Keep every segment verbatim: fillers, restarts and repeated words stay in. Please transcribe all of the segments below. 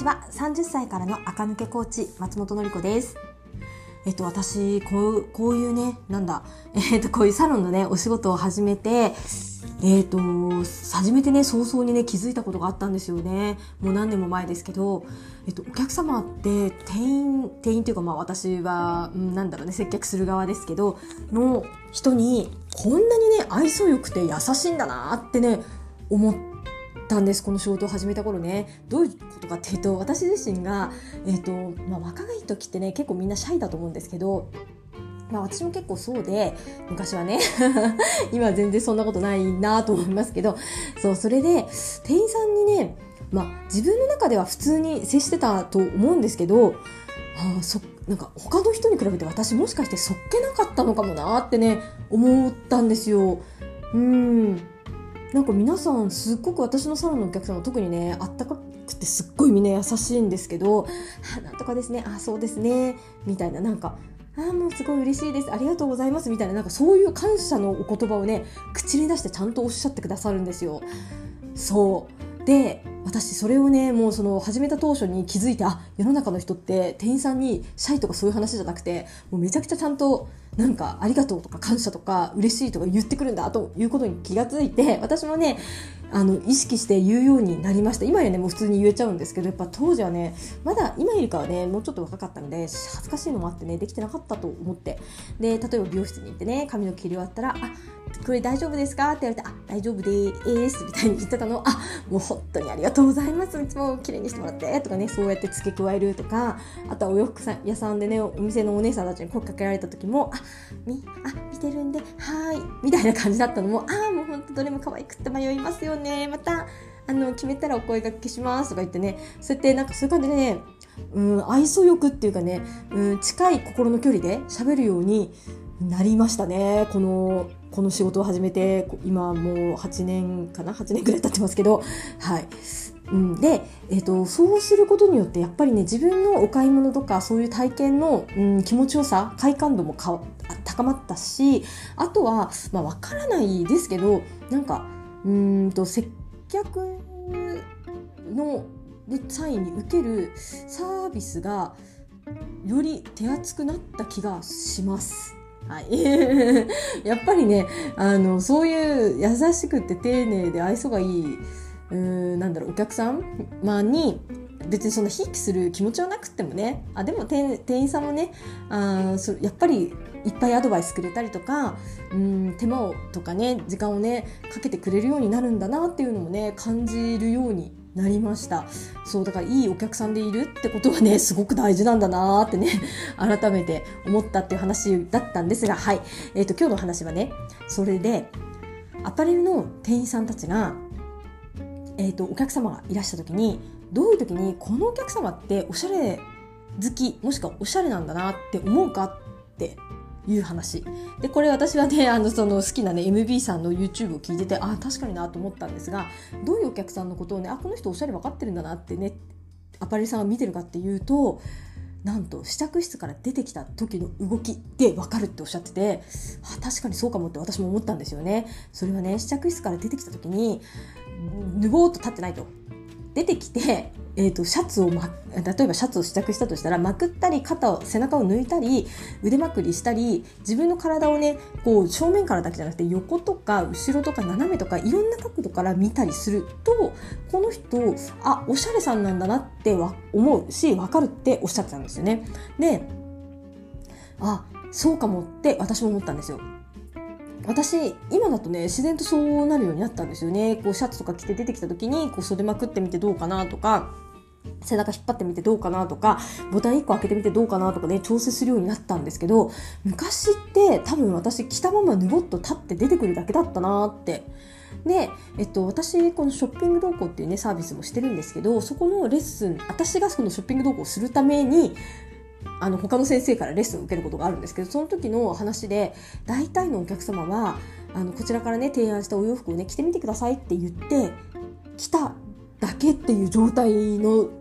は。さんじゅっさいからの垢抜けコーチ松本の子です。えっと私こうこういうねなんだえっとこういうサロンのねお仕事を始めてえっと初めてね早々にね気づいたことがあったんですよね。もう何年も前ですけど、えっとお客様って店員店員というかまあ私は、うん、なんだろうね接客する側ですけどの人にこんなにね愛想よくて優しいんだなってね思ったんです。この仕事を始めた頃ね。どういうことかっていうと、私自身が、えーとまあ、若い時ってね結構みんなシャイだと思うんですけど、まあ、私も結構そうで昔はね今は全然そんなことないなと思いますけど、そうそれで店員さんにね、まあ、自分の中では普通に接してたと思うんですけど、あそなんか他の人に比べて私もしかしてそっけなかったのかもなってね思ったんですよ。うんなんか皆さんすっごく私のサロンのお客様特にねあったかくてすっごいみんな優しいんですけど、あなんとかですね、あそうですねみたいな、なんかあもうすごい嬉しいです、ありがとうございますみたいな、なんかそういう感謝のお言葉をね口に出してちゃんとおっしゃってくださるんですよ。そうで私それをねもうその始めた当初に気づいて、あ世の中の人って店員さんにシャイとかそういう話じゃなくてもうめちゃくちゃちゃんとなんかありがとうとか感謝とか嬉しいとか言ってくるんだということに気がついて、私もねあの意識して言うようになりました。今やねもう普通に言えちゃうんですけど、やっぱ当時はねまだ今よりかはねもうちょっと若かったので恥ずかしいのもあってねできてなかったと思って、で例えば美容室に行ってね髪の毛切り終わったら、あこれ大丈夫ですかって言われて、あ大丈夫ですみたいに言ってたのを、あもう本当にありがとうございます、いつも綺麗にしてもらってとかね、そうやって付け加えるとか、あとはお洋服屋さんでねお店のお姉さんたちに声かけられた時も、あみあ見てるんではいみたいな感じだったのも、あもう本当どれも可愛くって迷いますよね、またあの決めたらお声掛けしますとか言ってね、そうやってなんかそういう感じでね、うん愛想よくっていうかね、うん、近い心の距離で喋るようになりましたね。このこの仕事を始めて今もうはちねんかなはちねんくらい経ってますけど、はい、うん、で、えーと、そうすることによってやっぱりね自分のお買い物とかそういう体験の、うん、気持ちよさ快感度もか高まったし、あとはまあわからないですけどなんかうーんと接客の際に受けるサービスがより手厚くなった気がします。はい、やっぱりねあのそういう優しくて丁寧で愛想がいいうーんなんだろうお客さん、まあ、に別にそんなひいきする気持ちはなくってもね、あでも 店, 店員さんもねあそやっぱりいっぱいアドバイスくれたりとか、うん手間をとかね時間をねかけてくれるようになるんだなっていうのもね感じるようになりました。そうだからいいお客さんでいるってことはねすごく大事なんだなってね改めて思ったっていう話だったんですが、はい、えーと、今日の話はねそれでアパレルの店員さんたちが、えーと、お客様がいらした時にどういう時にこのお客様っておしゃれ好きもしくはおしゃれなんだなって思うかっていう話で、これ私はねあのその好きなね エムビー さんの YouTube を聞いてて、あ確かになと思ったんですが、どういうお客さんのことをねあこの人おしゃれ分かってるんだなってねアパレルさんが見てるかっていうと、なんと試着室から出てきた時の動きで分かるっておっしゃってて、あ確かにそうかもって私も思ったんですよね。それはね試着室から出てきた時にぬぼーっと立ってないと、出てきて、えーと、シャツを、ま、例えばシャツを試着したとしたらまくったり肩を背中を抜いたり腕まくりしたり自分の体をねこう正面からだけじゃなくて横とか後ろとか斜めとかいろんな角度から見たりすると、この人あおしゃれさんなんだなっては思うし分かるっておっしゃってたんですよね。であそうかもって私も思ったんですよ。私今だとね自然とそうなるようになったんですよね。こうシャツとか着て出てきた時にこう袖まくってみてどうかなとか背中引っ張ってみてどうかなとかボタンいっこ開けてみてどうかなとかね調整するようになったんですけど、昔って多分私着たままぬぼっと立って出てくるだけだったなってで、えっと、私このショッピング同行っていうねサービスもしてるんですけど、そこのレッスン私がそのショッピング同行をするためにあの他の先生からレッスンを受けることがあるんですけど、その時の話で大体のお客様はあのこちらからね提案したお洋服をね着てみてくださいって言って着ただけっていう状態の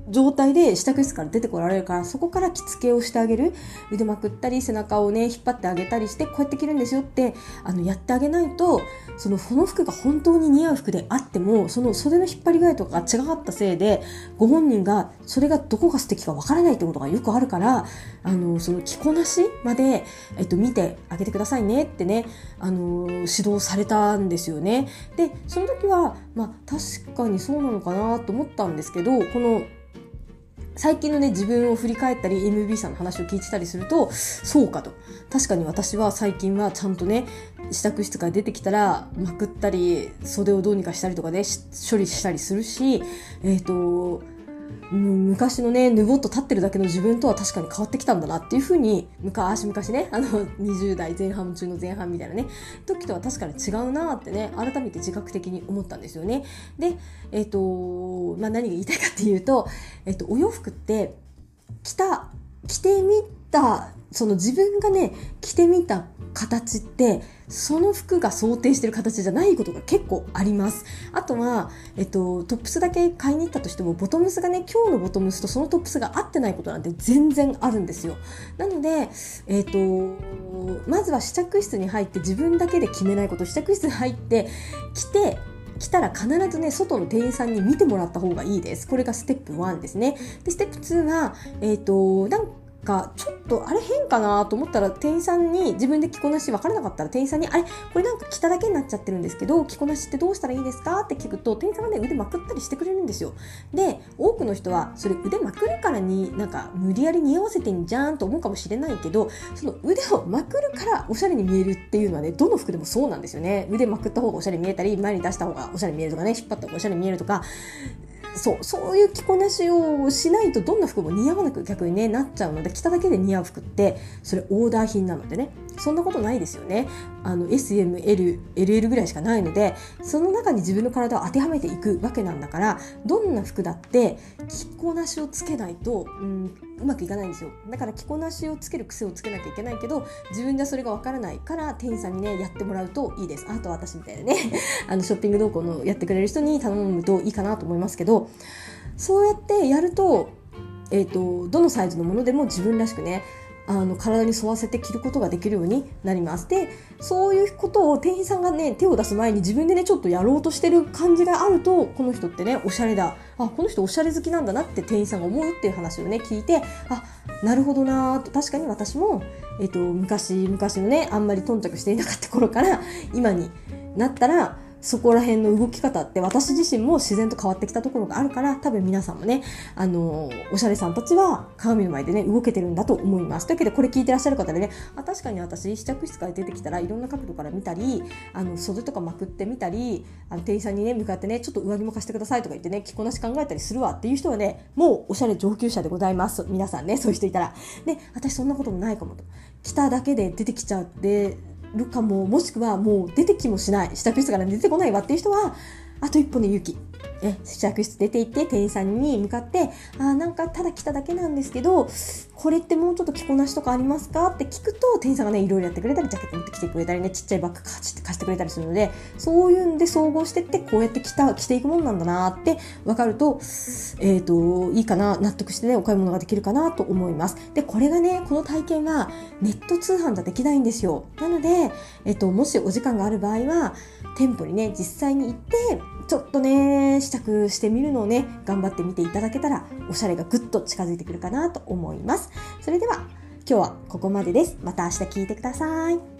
状態で支度室から出てこられるから、そこから着付けをしてあげる、腕まくったり背中をね引っ張ってあげたりして、こうやって着るんですよってあのやってあげないと、そのその服が本当に似合う服であっても、その袖の引っ張り具合とかが違ったせいでご本人がそれがどこが素敵かわからないってことがよくあるから、あのその着こなしまで、えっと、見てあげてくださいねってね、あの指導されたんですよね。でその時は、まあ、確かにそうなのかなと思ったんですけど、この最近のね自分を振り返ったり エムビー さんの話を聞いてたりすると、そうかと、確かに私は最近はちゃんとね支度室から出てきたらまくったり袖をどうにかしたりとかね処理したりするし、えっと昔のねぬぼっと立ってるだけの自分とは確かに変わってきたんだなっていうふうに、昔々ねあのにじゅう代前半中の前半みたいなね時とは確かに違うなってね改めて自覚的に思ったんですよね。でえっ、とまあ何が言いたいかっていうと、えっ、とお洋服って着た着てみたその自分がね着てみた形ってその服が想定している形じゃないことが結構あります。あとは、えっと、トップスだけ買いに行ったとしてもボトムスがね今日のボトムスとそのトップスが合ってないことなんて全然あるんですよ。なので、えっと、まずは試着室に入って自分だけで決めないこと、試着室に入って着て来たら必ずね外の店員さんに見てもらった方がいいです。これがステップワンですね。でステップツーは、えっと、なんかちょっとあれ変かなと思ったら店員さんに自分で着こなし分からなかったら店員さんにあれこれなんか着ただけになっちゃってるんですけど着こなしってどうしたらいいですかって聞くと店員さんがね腕まくったりしてくれるんですよ。で多くの人はそれ腕まくるからになんか無理やり似合わせてんじゃんと思うかもしれないけど、その腕をまくるからおしゃれに見えるっていうのはねどの服でもそうなんですよね。腕まくった方がおしゃれに見えたり前に出した方がおしゃれに見えるとかね引っ張った方がおしゃれに見えるとか、そうそういう着こなしをしないとどんな服も似合わなく逆に、ね、なっちゃうので、着ただけで似合う服ってそれオーダー品なのでね、そんなことないですよね。あの エスエムエルエルエル ぐらいしかないので、その中に自分の体を当てはめていくわけなんだから、どんな服だって着こなしをつけないと、うん、うまくいかないんですよ。だから着こなしをつける癖をつけなきゃいけないけど、自分じゃそれがわからないから店員さんにねやってもらうといいです。あと私みたいなねあのショッピング動向のやってくれる人に頼むといいかなと思いますけど、そうやってやると、えーと、どのサイズのものでも自分らしくねあの体に沿わせて着ることができるようになります。でそういうことを店員さんがね手を出す前に自分でねちょっとやろうとしてる感じがあると、この人ってねおしゃれだ、あこの人おしゃれ好きなんだなって店員さんが思うっていう話をね聞いて、あなるほどなと、確かに私も、えーと、昔昔のねあんまり頓着していなかった頃から今になったらそこら辺の動き方って私自身も自然と変わってきたところがあるから、多分皆さんもねあのおしゃれさんたちは鏡の前でね動けてるんだと思います。というわけでこれ聞いてらっしゃる方でね、あ確かに私試着室から出てきたらいろんな角度から見たり、あの袖とかまくってみたり、あの店員さんにね向かってねちょっと上着も貸してくださいとか言ってね着こなし考えたりするわっていう人はね、もうおしゃれ上級者でございます。皆さんねそういう人いたらね、私そんなこともないかもと、着ただけで出てきちゃってるかも、もしくはもう出てきもしない、支度室から出てこないわっていう人はあと一歩の勇気、え試着室出て行って店員さんに向かって、あなんかただ来ただけなんですけどこれってもうちょっと着こなしとかありますかって聞くと、店員さんがねいろいろやってくれたりジャケット持ってきてくれたりねちっちゃいバッグ貸してくれたりするので、そういうんで総合してってこうやって着た着ていくもんなんだなって分かると、えーといいかな、納得してねお買い物ができるかなと思います。でこれがねこの体験はネット通販じゃできないんですよ。なので、えーともしお時間がある場合は店舗にね実際に行ってちょっとね試着してみるのをね頑張ってみていただけたらおしゃれがぐっと近づいてくるかなと思います。それでは今日はここまでです。また明日聞いてください。